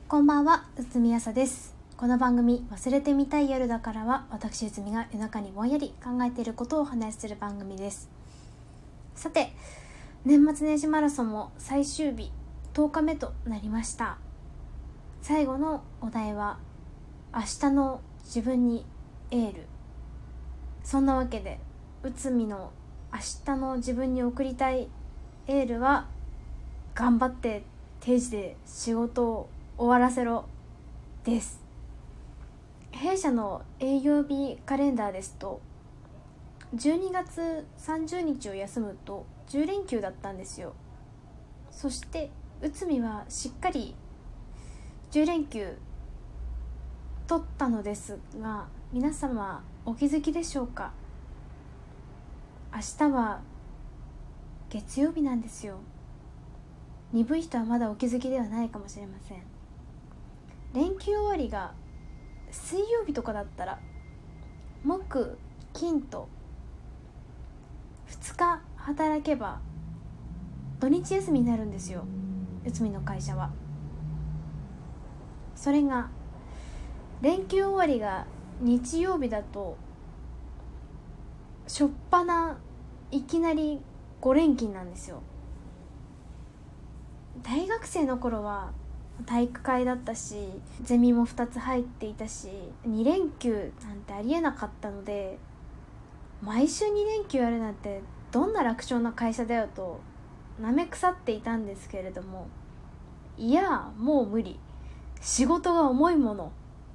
こんばんは、内海あさです。この番組忘れてみたい夜だからは、私内海が夜中にぼんやり考えていることをお話しする番組です。さて、年末年始マラソンも最終日10日目となりました。最後のお題は明日の自分にエール。そんなわけで内海の明日の自分に送りたいエールは、頑張って定時で仕事を終わらせろです。弊社の営業日カレンダーですと、12月30日を休むと10連休だったんですよ。そして内海はしっかり10連休取ったのですが、皆様お気づきでしょうか。明日は月曜日なんですよ。鈍い人はまだお気づきではないかもしれません。連休終わりが水曜日とかだったら、木金と2日働けば土日休みになるんですよ、内海の会社は。それが連休終わりが日曜日だと、しょっぱないきなり5連勤なんですよ。大学生の頃は体育会だったし、ゼミも2つ入っていたし、2連休なんてありえなかったので、毎週2連休やるなんてどんな楽勝な会社だよとなめ腐っていたんですけれども、いやもう無理、仕事が重いもの、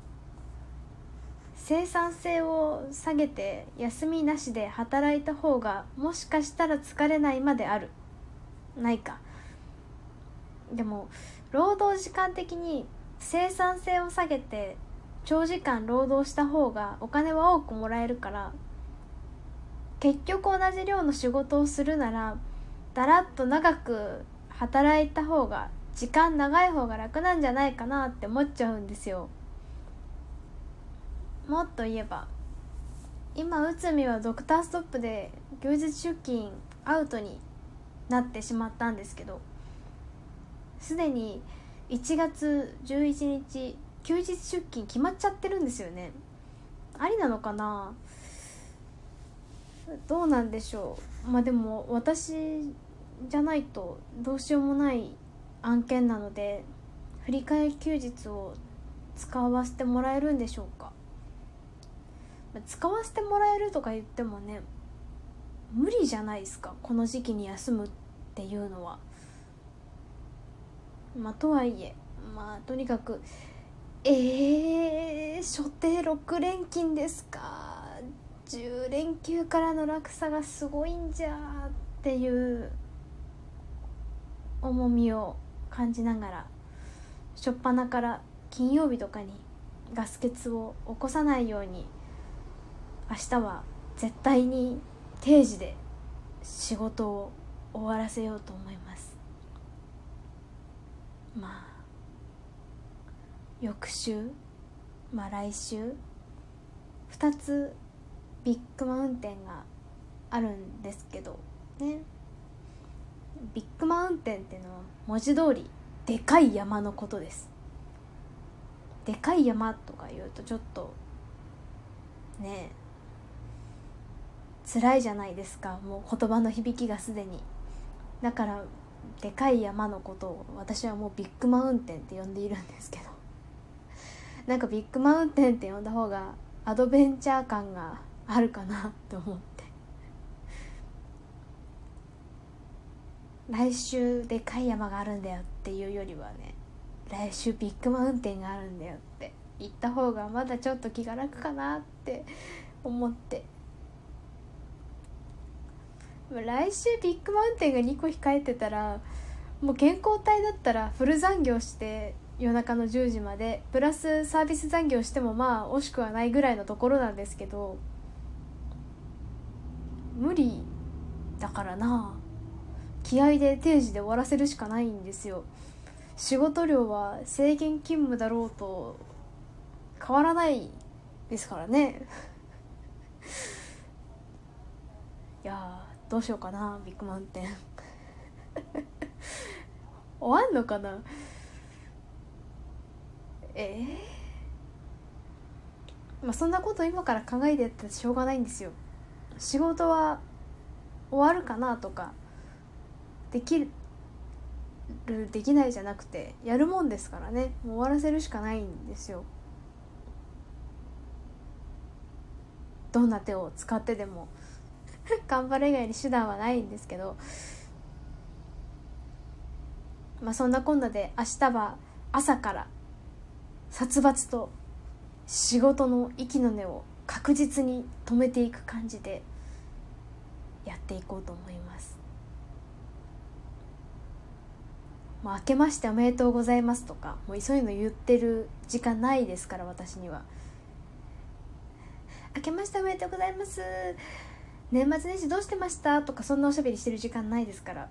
生産性を下げて休みなしで働いた方がもしかしたら疲れないまであるないか。でも労働時間的に生産性を下げて長時間労働した方がお金は多くもらえるから、結局同じ量の仕事をするならだらっと長く働いた方が、時間長い方が楽なんじゃないかなって思っちゃうんですよ。もっと言えば、今内海はドクターストップで休日出勤アウトになってしまったんですけど、すでに1月11日休日出勤決まっちゃってるんですよね。ありなのかな、どうなんでしょう。でも私じゃないとどうしようもない案件なので、振り替え休日を使わせてもらえるんでしょうか。使わせてもらえるとか言ってもね、無理じゃないですか、この時期に休むっていうのは。とはいえ、とにかく所定6連勤ですか、10連休からの落差がすごいんじゃっていう重みを感じながら、初っ端から金曜日とかにガス欠を起こさないように、明日は絶対に定時で仕事を終わらせようと思います。翌週、来週2つビッグマウンテンがあるんですけどね。ビッグマウンテンっていうのは文字通りでかい山のことです。でかい山とか言うとちょっとね辛いじゃないですか、もう言葉の響きがすでに。だからでかい山のことを私はもうビッグマウンテンって呼んでいるんですけど、なんかビッグマウンテンって呼んだ方がアドベンチャー感があるかなと思って、来週でかい山があるんだよっていうよりはね、来週ビッグマウンテンがあるんだよって言った方がまだちょっと気が楽かなって思って、来週ビッグマウンテンが2個控えてたら、もう健康体だったらフル残業して夜中の10時までプラスサービス残業しても惜しくはないぐらいのところなんですけど、無理だからな、気合で定時で終わらせるしかないんですよ。仕事量は制限勤務だろうと変わらないですからねいやどうしようかな、ビッグマウンテン終わんのかな。 そんなこと今から考えてやったらしょうがないんですよ。仕事は終わるかなとか、できるできないじゃなくてやるもんですからね。もう終わらせるしかないんですよ。どんな手を使ってでも頑張る以外に手段はないんですけど、そんなこんなで明日は朝から殺伐と仕事の息の根を確実に止めていく感じでやっていこうと思います。明けましておめでとうございますとか、もうそういうの言ってる時間ないですから、私には。明けましておめでとうございます、年末年始どうしてましたとか、そんなおしゃべりしてる時間ないですから。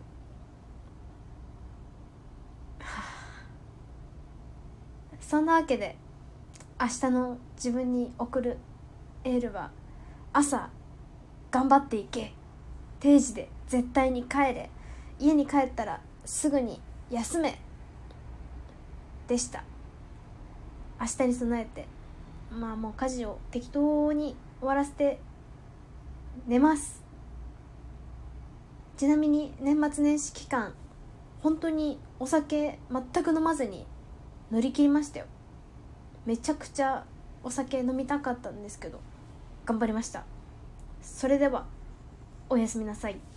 そんなわけで明日の自分に送るエールは、朝頑張っていけ、定時で絶対に帰れ、家に帰ったらすぐに休めでした。明日に備えてもう家事を適当に終わらせて寝ます。ちなみに年末年始期間、本当にお酒全く飲まずに乗り切りましたよ。めちゃくちゃお酒飲みたかったんですけど頑張りました。それではおやすみなさい。